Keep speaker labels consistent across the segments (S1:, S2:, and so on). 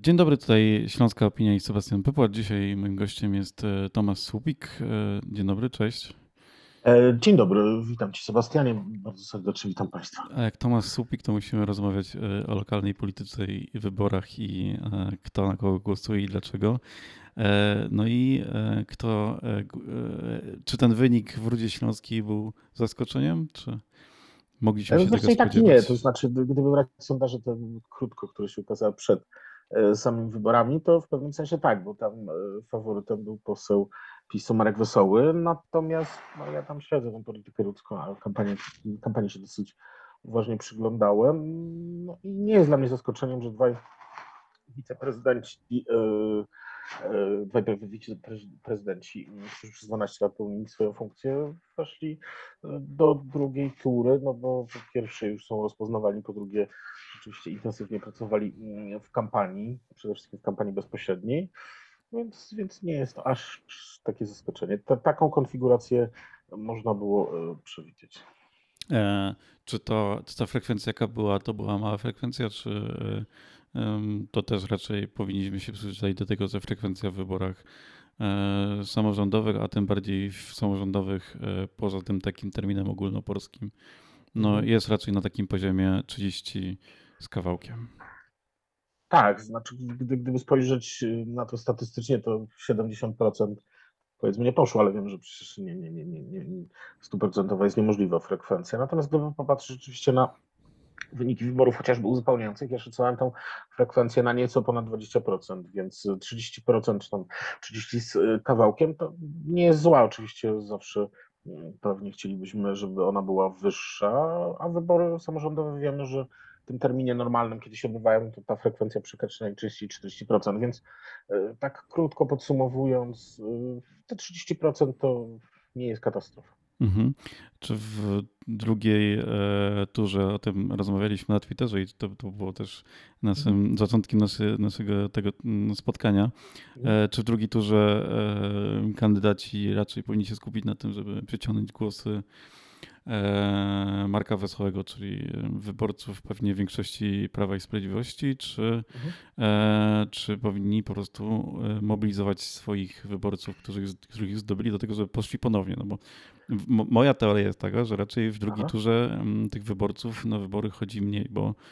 S1: Dzień dobry, tutaj Śląska Opinia i Sebastian Pypłat. Dzisiaj moim gościem jest Tomasz Słupik. Dzień dobry, cześć.
S2: Dzień dobry, witam Cię Sebastianie, bardzo serdecznie witam Państwa.
S1: A jak Tomasz Słupik, to musimy rozmawiać o lokalnej polityce i wyborach i kto na kogo głosuje i dlaczego. No i czy ten wynik w Rudzie Śląskiej był zaskoczeniem, czy mogliśmy się tego
S2: Zresztą i tak nie, to
S1: spodziewać?
S2: znaczy gdyby brać sondaże te krótko, które się ukazały przed samymi wyborami, to w pewnym sensie tak, bo tam faworytem był poseł PiS-u Marek Wesoły, natomiast no, ja tam śledzę tę politykę ludzką, a kampanii się dosyć uważnie przyglądałem, no i nie jest dla mnie zaskoczeniem, że dwaj wiceprezydenci dwaj wiceprezydenci, którzy przez 12 lat pełnili swoją funkcję, weszli do drugiej tury, no bo po pierwsze już są rozpoznawani, po drugie rzeczywiście intensywnie pracowali w kampanii, przede wszystkim w kampanii bezpośredniej, więc nie jest to aż takie zaskoczenie. Taką konfigurację można było przewidzieć.
S1: E, czy ta frekwencja jaka była, to była mała frekwencja, czy to też raczej powinniśmy się przyzwyczaić do tego, że frekwencja w wyborach samorządowych, a tym bardziej w samorządowych poza tym takim terminem ogólnopolskim, no
S2: Mhm.
S1: jest raczej na takim poziomie 30 z kawałkiem.
S2: Tak, znaczy gdyby spojrzeć na to statystycznie, to 70% powiedzmy nie poszło, ale wiem, że przecież nie, stuprocentowa jest niemożliwa frekwencja. Natomiast gdyby popatrzeć rzeczywiście na wyniki wyborów chociażby uzupełniających, ja szacowałem tą frekwencję na nieco ponad 20%, więc 30% czy tam 30 z kawałkiem to nie jest zła. Oczywiście zawsze pewnie chcielibyśmy, żeby ona była wyższa, a wybory samorządowe wiemy, że w tym terminie normalnym, kiedy się odbywają, to ta frekwencja przekracza na 30-40%, więc tak krótko podsumowując, te 30% to nie jest katastrofa.
S1: Mhm. Czy w drugiej turze, o tym rozmawialiśmy na Twitterze i to było też
S2: Mhm.
S1: zaczątkiem naszego tego spotkania,
S2: Mhm.
S1: czy w drugiej turze kandydaci raczej powinni się skupić na tym, żeby przyciągnąć głosy Marka Wesołego, czyli wyborców pewnie większości Prawa i Sprawiedliwości,
S2: Mhm.
S1: czy powinni po prostu mobilizować swoich wyborców, których zdobyli do tego, żeby poszli ponownie, no bo moja teoria jest taka, że raczej w drugiej
S2: Aha.
S1: turze tych wyborców na wybory chodzi mniej,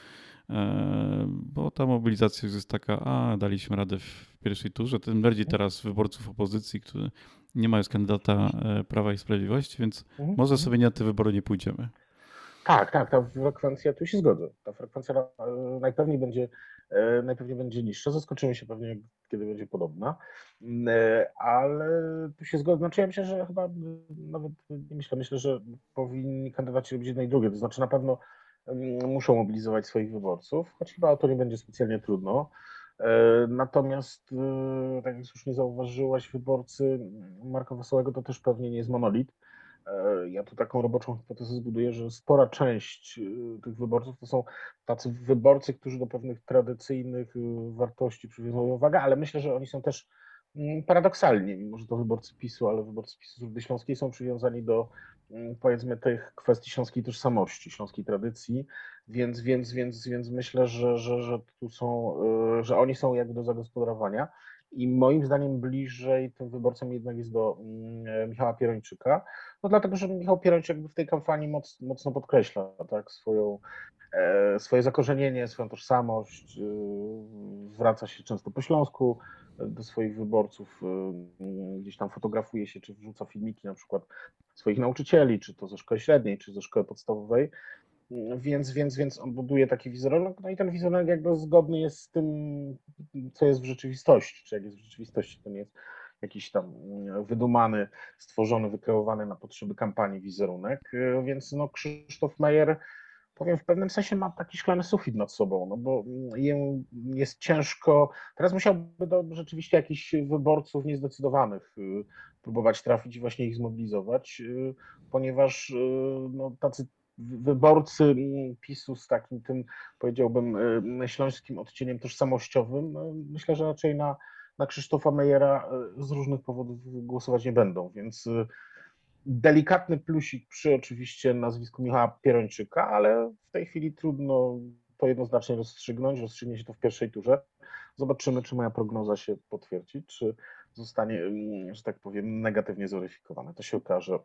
S1: bo ta mobilizacja już jest taka, a daliśmy radę w pierwszej turze, tym bardziej
S2: Mhm.
S1: teraz wyborców opozycji, którzy nie mają już kandydata Prawa i Sprawiedliwości, więc
S2: Mhm.
S1: może
S2: Mhm.
S1: sobie na te wybory nie pójdziemy.
S2: Tak, tak, ta frekwencja, tu się zgodzę. Ta frekwencja najpewniej będzie niższa. Zaskoczymy się pewnie, kiedy będzie podobna. Ale tu się zgodzę. Znaczy ja myślę, że chyba nawet nie myślę, że powinni kandydaci robić jedno i drugie. To znaczy na pewno muszą mobilizować swoich wyborców, choć chyba to nie będzie specjalnie trudno. Natomiast, tak jak słusznie zauważyłaś, wyborcy Marka Wesołego to też pewnie nie jest monolit. Ja tu taką roboczą hipotezę zbuduję, że spora część tych wyborców to są tacy wyborcy, którzy do pewnych tradycyjnych wartości przywiązują wagę, ale myślę, że oni są też paradoksalnie, mimo że to wyborcy PiS-u, ale wyborcy PiS-u z Rudy Śląskiej są przywiązani do powiedzmy tych kwestii śląskiej tożsamości, śląskiej tradycji, więc myślę, że tu są, że oni są jakby do zagospodarowania. I moim zdaniem bliżej tym wyborcom jednak jest do Michała Pierończyka, no dlatego, że Michał Pierończyk jakby w tej kampanii mocno podkreśla tak, swoje zakorzenienie, swoją tożsamość, zwraca się często po śląsku do swoich wyborców, gdzieś tam fotografuje się, czy wrzuca filmiki na przykład swoich nauczycieli, czy to ze szkoły średniej, czy ze szkoły podstawowej, więc on buduje taki wizerunek, no i ten wizerunek jakby zgodny jest z tym, co jest w rzeczywistości, czy jak jest w rzeczywistości, to nie jest jakiś tam wydumany, stworzony, wykreowany na potrzeby kampanii wizerunek, więc no Krzysztof Meyer, powiem, w pewnym sensie ma taki szklany sufit nad sobą, no bo jemu jest ciężko, teraz musiałby do rzeczywiście jakichś wyborców niezdecydowanych próbować trafić i właśnie ich zmobilizować, ponieważ no, tacy wyborcy PiS-u z takim tym, powiedziałbym, śląskim odcieniem tożsamościowym, myślę, że raczej na Krzysztofa Mejera z różnych powodów głosować nie będą, więc delikatny plusik przy oczywiście nazwisku Michała Pierończyka, ale w tej chwili trudno to jednoznacznie rozstrzygnąć. Rozstrzygnie się to w pierwszej turze. Zobaczymy, czy moja prognoza się potwierdzi, czy zostanie, że tak powiem, negatywnie zweryfikowana. To się okaże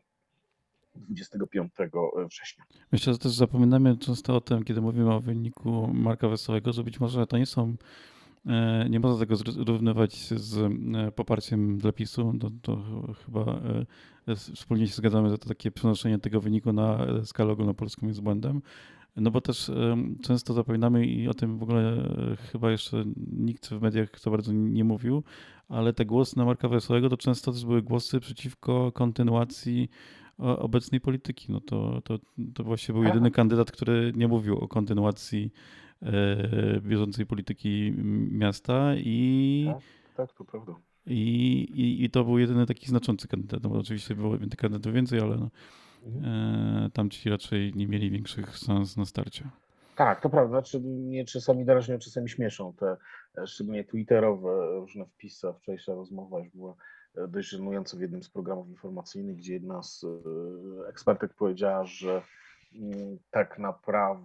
S2: 25 września.
S1: Myślę, że też zapominamy często o tym, kiedy mówimy o wyniku Marka Wesołego, że być może to nie są, nie można tego zrównywać z poparciem dla PiS-u. To chyba wspólnie się zgadzamy, że to takie przenoszenie tego wyniku na skalę ogólnopolską jest błędem. No bo też często zapominamy i o tym w ogóle chyba jeszcze nikt w mediach za bardzo nie mówił, ale te głosy na Marka Wesołego to często też były głosy przeciwko kontynuacji obecnej polityki. No to właśnie był jedyny kandydat, który nie mówił o kontynuacji bieżącej polityki miasta
S2: Tak, to prawda.
S1: i to był jedyny taki znaczący kandydat. No bo oczywiście było tych kandydatów więcej, ale no, tamci raczej nie mieli większych szans na starcie.
S2: Tak, to prawda. Znaczy, mnie czasami drażnią, czasami śmieszą te szczególnie twitterowe różne wpisy. A wczorajsza rozmowa już była dość żenująca w jednym z programów informacyjnych, gdzie jedna z ekspertek powiedziała, że tak naprawdę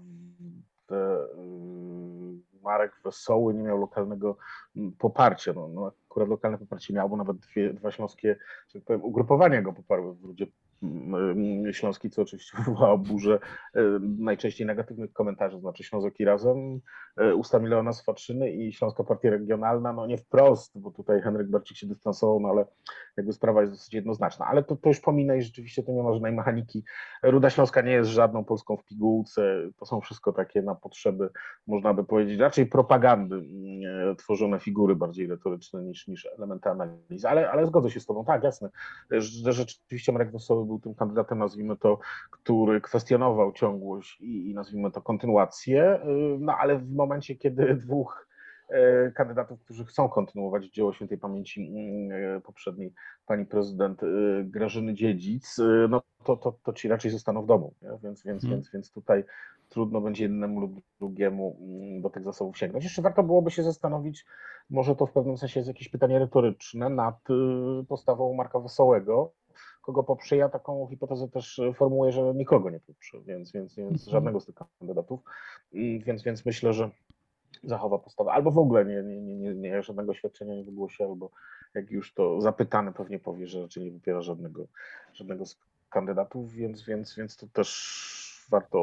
S2: Marek Wesoły nie miał lokalnego poparcia. No akurat lokalne poparcie miał, bo nawet dwa śląskie, że tak powiem, ugrupowania go poparły w Rudzie Śląskiej, co oczywiście wywołało burzę najczęściej negatywnych komentarzy, znaczy Ślązoki Razem, ustami Leona Swaczyny i Śląska Partia Regionalna, no nie wprost, bo tutaj Henryk Barcik się dystansował, no ale jakby sprawa jest dosyć jednoznaczna. Ale to już pominę i rzeczywiście to nie ma żadnej mechaniki. Ruda Śląska nie jest żadną Polską w pigułce, to są wszystko takie na potrzeby, można by powiedzieć, raczej propagandy tworzone figury bardziej retoryczne niż elementy analizy, ale zgodzę się z tobą, tak, jasne, że rzeczywiście Marek Wesoły był tym kandydatem, nazwijmy to, który kwestionował ciągłość i nazwijmy to kontynuację, no ale w momencie, kiedy dwóch kandydatów, którzy chcą kontynuować dzieło świętej pamięci poprzedniej pani prezydent Grażyny Dziedzic, no to ci raczej zostaną w domu, więc tutaj trudno będzie jednemu lub drugiemu do tych zasobów sięgnąć. Jeszcze warto byłoby się zastanowić, może to w pewnym sensie jest jakieś pytanie retoryczne, nad postawą Marka Wesołego, kogo poprze. Ja taką hipotezę też formułuję, że nikogo nie poprze, więc żadnego z tych kandydatów. Więc myślę, że zachowa postawę, albo w ogóle nie żadnego świadczenia nie wygłosi, albo jak już to zapytany pewnie powie, że raczej nie wybiera żadnego z kandydatów, więc to też warto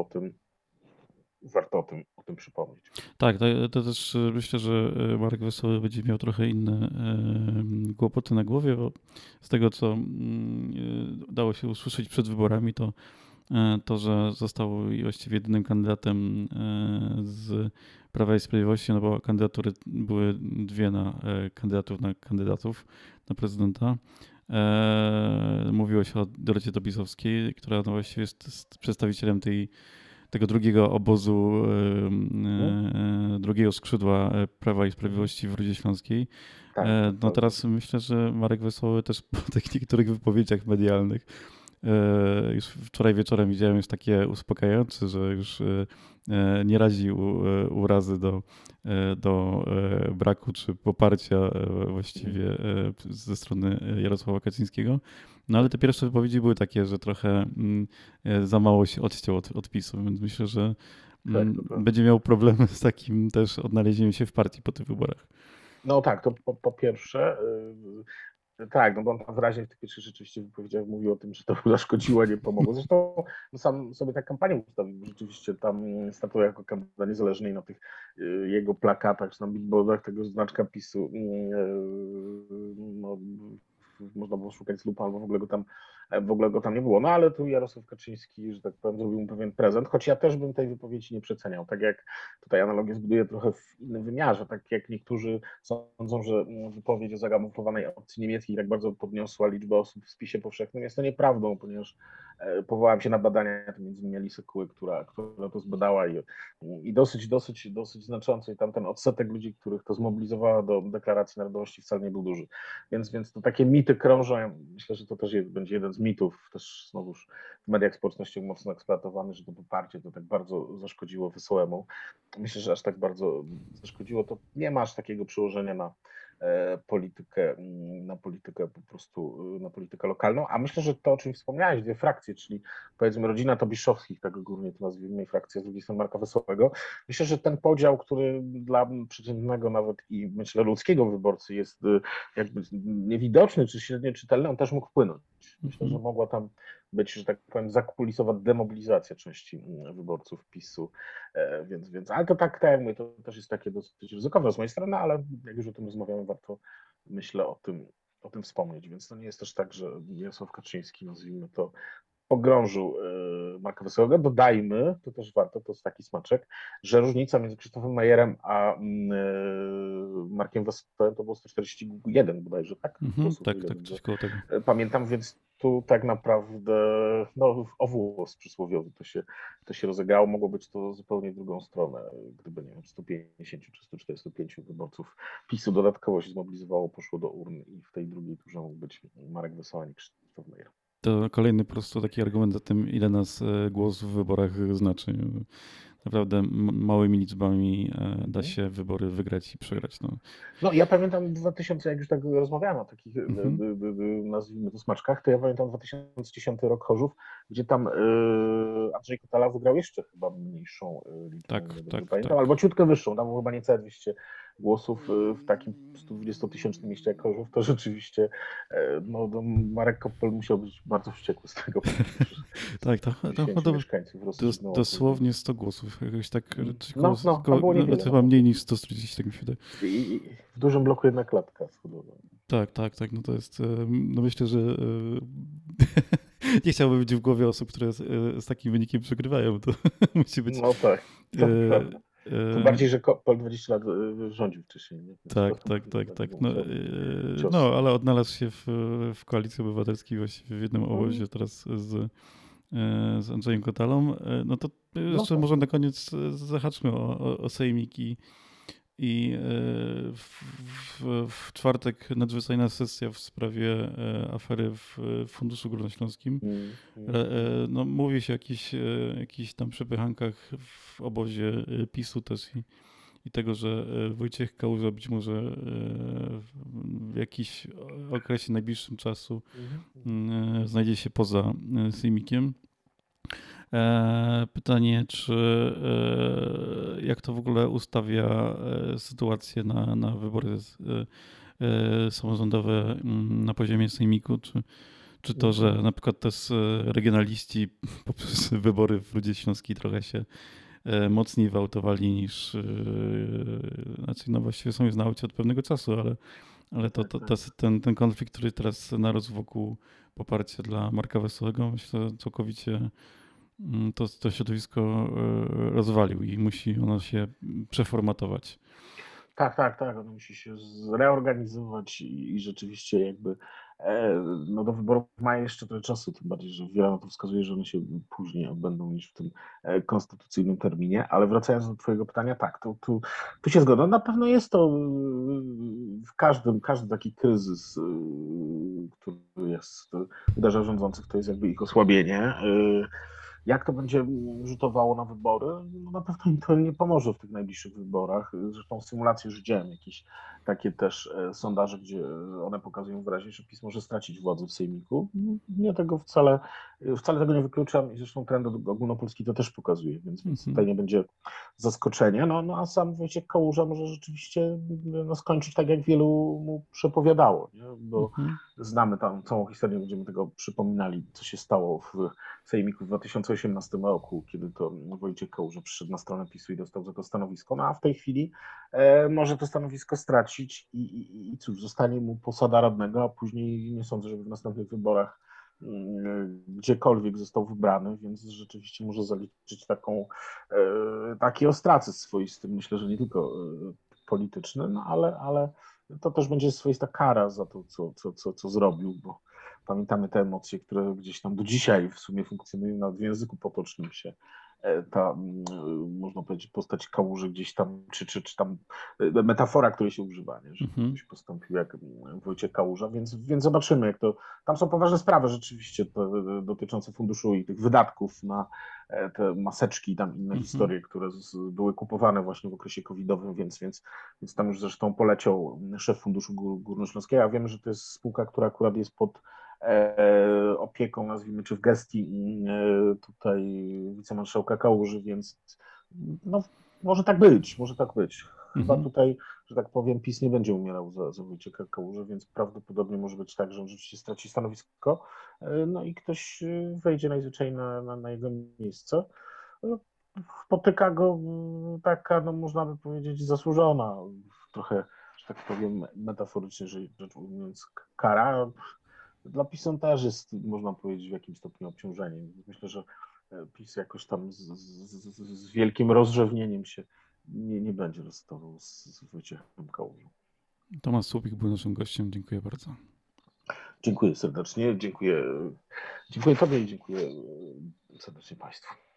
S2: o tym przypomnieć.
S1: Tak, to też myślę, że Marek Wesoły będzie miał trochę inne kłopoty na głowie, bo z tego, co dało się usłyszeć przed wyborami, to, że został właściwie jedynym kandydatem z Prawa i Sprawiedliwości, no bo kandydatury były dwie na kandydatów na prezydenta. Mówiło się o Dorocie Dobisowskiej, która no właściwie jest przedstawicielem tego drugiego obozu, drugiego skrzydła Prawa i Sprawiedliwości w Rudzie Śląskiej.
S2: Tak,
S1: no teraz myślę, że Marek Wesoły też po tych niektórych wypowiedziach medialnych już wczoraj wieczorem widziałem już takie uspokajające, że już nie razi urazy do braku czy poparcia właściwie ze strony Jarosława Kaczyńskiego. No ale te pierwsze wypowiedzi były takie, że trochę za mało się odciął od PiS-u, więc myślę, że będzie miał problemy z takim też odnalezieniem się w partii po tych wyborach.
S2: No tak, to po pierwsze, tak, no bo on tam wyraźnie w tych pierwszych rzeczywiście wypowiedziach mówił o tym, że to zaszkodziło, a nie pomogło. Zresztą sam sobie tak kampanię ustawił, bo rzeczywiście tam startował jako kandydat niezależny i na tych jego plakatach, czy na billboardach tego znaczka PiS-u no, można było szukać z lupą, albo w ogóle go tam nie było. No ale tu Jarosław Kaczyński, że tak powiem, zrobił mu pewien prezent, choć ja też bym tej wypowiedzi nie przeceniał. Tak jak tutaj analogię zbuduję trochę w innym wymiarze, tak jak niektórzy sądzą, że wypowiedź o zakamuflowanej opcji niemieckiej tak bardzo podniosła liczbę osób w spisie powszechnym, jest to nieprawdą, ponieważ powołałem się na badania między innymi Alisy Kuły, która to zbadała i dosyć znacząco i tam ten odsetek ludzi, których to zmobilizowała do deklaracji narodowości wcale nie był duży. Więc to takie mity krążą. Ja myślę, że to też będzie jeden z mitów, też znowuż w mediach społecznościowych mocno eksploatowany, że to poparcie to tak bardzo zaszkodziło Wesołemu. Myślę, że aż tak bardzo zaszkodziło, to nie ma aż takiego przełożenia politykę po prostu, na politykę lokalną, a myślę, że to, o czym wspomniałeś, dwie frakcje, czyli powiedzmy rodzina Tobiszowskich, tak ogólnie to nazwijmy, i frakcja z drugiej strony Marka Wesołego. Myślę, że ten podział, który dla przeciętnego nawet i myślę ludzkiego wyborcy jest jakby niewidoczny czy średnio czytelny, on też mógł wpłynąć. Myślę, że mogła tam być, że tak powiem, zakulisowa demobilizacja części wyborców PiS-u, ale to tak jak mówię, to też jest takie dosyć ryzykowne z mojej strony, ale jak już o tym rozmawiamy, warto, myślę, o tym wspomnieć, więc to nie jest też tak, że Jarosław Kaczyński, nazwijmy to, pogrążył Marka Wesołego. Dodajmy, to też warto, to jest taki smaczek, że różnica między Krzysztofem Majerem a Markiem Wesołym to było 141 bodajże, tak? Głosów,
S1: Tak, coś koło tego.
S2: Pamiętam, więc tu tak naprawdę no, o włos przysłowiowy to się rozegrało. Mogło być to zupełnie w drugą stronę, gdyby nie wiem, 150 czy 145 wyborców PiS-u dodatkowo się zmobilizowało, poszło do urn i w tej drugiej turze mógł być Marek Wesoły, a nie Krzysztof Majer.
S1: To kolejny po prostu taki argument za tym, ile nas głos w wyborach znaczy. Naprawdę małymi liczbami da się wybory wygrać i przegrać.
S2: No ja pamiętam 2000, jak już tak rozmawiałem o takich, nazwijmy to smaczkach, to ja pamiętam 2010 rok Chorzów, gdzie tam Andrzej Kotala wygrał jeszcze chyba mniejszą liczbę,
S1: Tak,
S2: pamiętam,
S1: tak.
S2: albo ciutkę wyższą, tam było chyba niecałe 200 głosów w takim 120-tysięcznym mieście jak Chorzów, to rzeczywiście no, Marek Koppel musiał być bardzo wściekły z tego powodu.
S1: Tak, to
S2: mieszkańców
S1: dosłownie 100 głosów, jakoś tak,
S2: tam było niewiele,
S1: chyba mniej niż 140, tak mi się wydaje.
S2: I w dużym bloku jedna klatka schodowa.
S1: Tak, no to jest, no myślę, że nie chciałbym być w głowie osób, które z takim wynikiem przegrywają, to musi być...
S2: No tak, tym bardziej, że Koppel 20 lat rządził wcześniej. Nie?
S1: Tak. No, ale odnalazł się w Koalicji Obywatelskiej właściwie w jednym obozie teraz z Andrzejem Kotalą. No to jeszcze może na koniec zahaczmy o sejmik i w czwartek nadzwyczajna sesja w sprawie afery w Funduszu Górnośląskim. No, mówi się o jakichś tam przepychankach w obozie PiS-u też i tego, że Wojciech Kałuża być może w jakimś okresie najbliższym czasu znajdzie się poza sejmikiem. Pytanie, jak to w ogóle ustawia sytuację na wybory samorządowe na poziomie sejmiku, czy to, że na przykład też regionaliści poprzez wybory w Rudzie Śląskiej trochę się mocniej wyautowali niż, znaczy no właściwie są już na aucie od pewnego czasu, ale ten konflikt, który teraz narósł wokół poparcia dla Marka Wesołego, myślę, że całkowicie to środowisko rozwalił i musi ono się przeformatować.
S2: Tak. Ono musi się zreorganizować i rzeczywiście jakby no do wyborów ma jeszcze trochę czasu, tym bardziej, że wiele na to wskazuje, że one się później odbędą niż w tym konstytucyjnym terminie, ale wracając do twojego pytania, tak, tu się zgodzę. Na pewno jest to w każdy taki kryzys, który uderza rządzących, to jest jakby ich osłabienie. Jak to będzie rzutowało na wybory? No na pewno im to nie pomoże w tych najbliższych wyborach. Zresztą symulacje już widziałem, jakieś takie też sondaże, gdzie one pokazują wyraźnie, że PiS może stracić władzę w sejmiku. Nie tego wcale tego nie wykluczam i zresztą trend ogólnopolski to też pokazuje, więc tutaj nie będzie zaskoczenia. No a sam Wojciech Kałuża może rzeczywiście skończyć tak, jak wielu mu przepowiadało, nie? Bo znamy tam całą historię, będziemy tego przypominali, co się stało w sejmiku w 2018 roku, kiedy to Wojciech Kałuża przyszedł na stronę PiS-u i dostał za to stanowisko, no a w tej chwili może to stanowisko stracić i cóż, zostanie mu posada radnego, a później nie sądzę, żeby w następnych wyborach gdziekolwiek został wybrany, więc rzeczywiście może zaliczyć taki ostracyzm swoisty, myślę, że nie tylko polityczny, no ale to też będzie swoista kara za to, co zrobił, bo pamiętamy te emocje, które gdzieś tam do dzisiaj w sumie funkcjonują, nawet w języku potocznym się ta, można powiedzieć, postać Kałuży gdzieś tam, czy tam metafora, której się używa, nie? Że
S1: Mhm.
S2: ktoś postąpił jak Wojciech Kałuża, więc zobaczymy, jak to. Tam są poważne sprawy rzeczywiście dotyczące funduszu i tych wydatków na te maseczki i tam inne
S1: Mhm.
S2: historie, które były kupowane właśnie w okresie covidowym, więc tam już zresztą poleciał szef Funduszu Górnośląskiego. Ja wiem, że to jest spółka, która akurat jest pod opieką, nazwijmy, czy w gestii tutaj wicemarszałka Kałuży, więc no, może tak być, może tak być. Chyba
S1: Mhm.
S2: tutaj, że tak powiem, PiS nie będzie umierał za Wojciecha Kałużę, więc prawdopodobnie może być tak, że on rzeczywiście straci stanowisko, no i ktoś wejdzie najzwyczajniej na jego miejsce. No, spotyka go taka, no można by powiedzieć, zasłużona, trochę, że tak powiem, metaforycznie rzecz ujmując, kara. Dla PiS on też jest, można powiedzieć, w jakimś stopniu obciążeniem. Myślę, że PiS jakoś tam z wielkim rozrzewnieniem się nie będzie rozstawał z Wojciechem Kałużą.
S1: Tomasz Słupik był naszym gościem. Dziękuję bardzo.
S2: Dziękuję serdecznie, dziękuję Tobie i dziękuję serdecznie Państwu.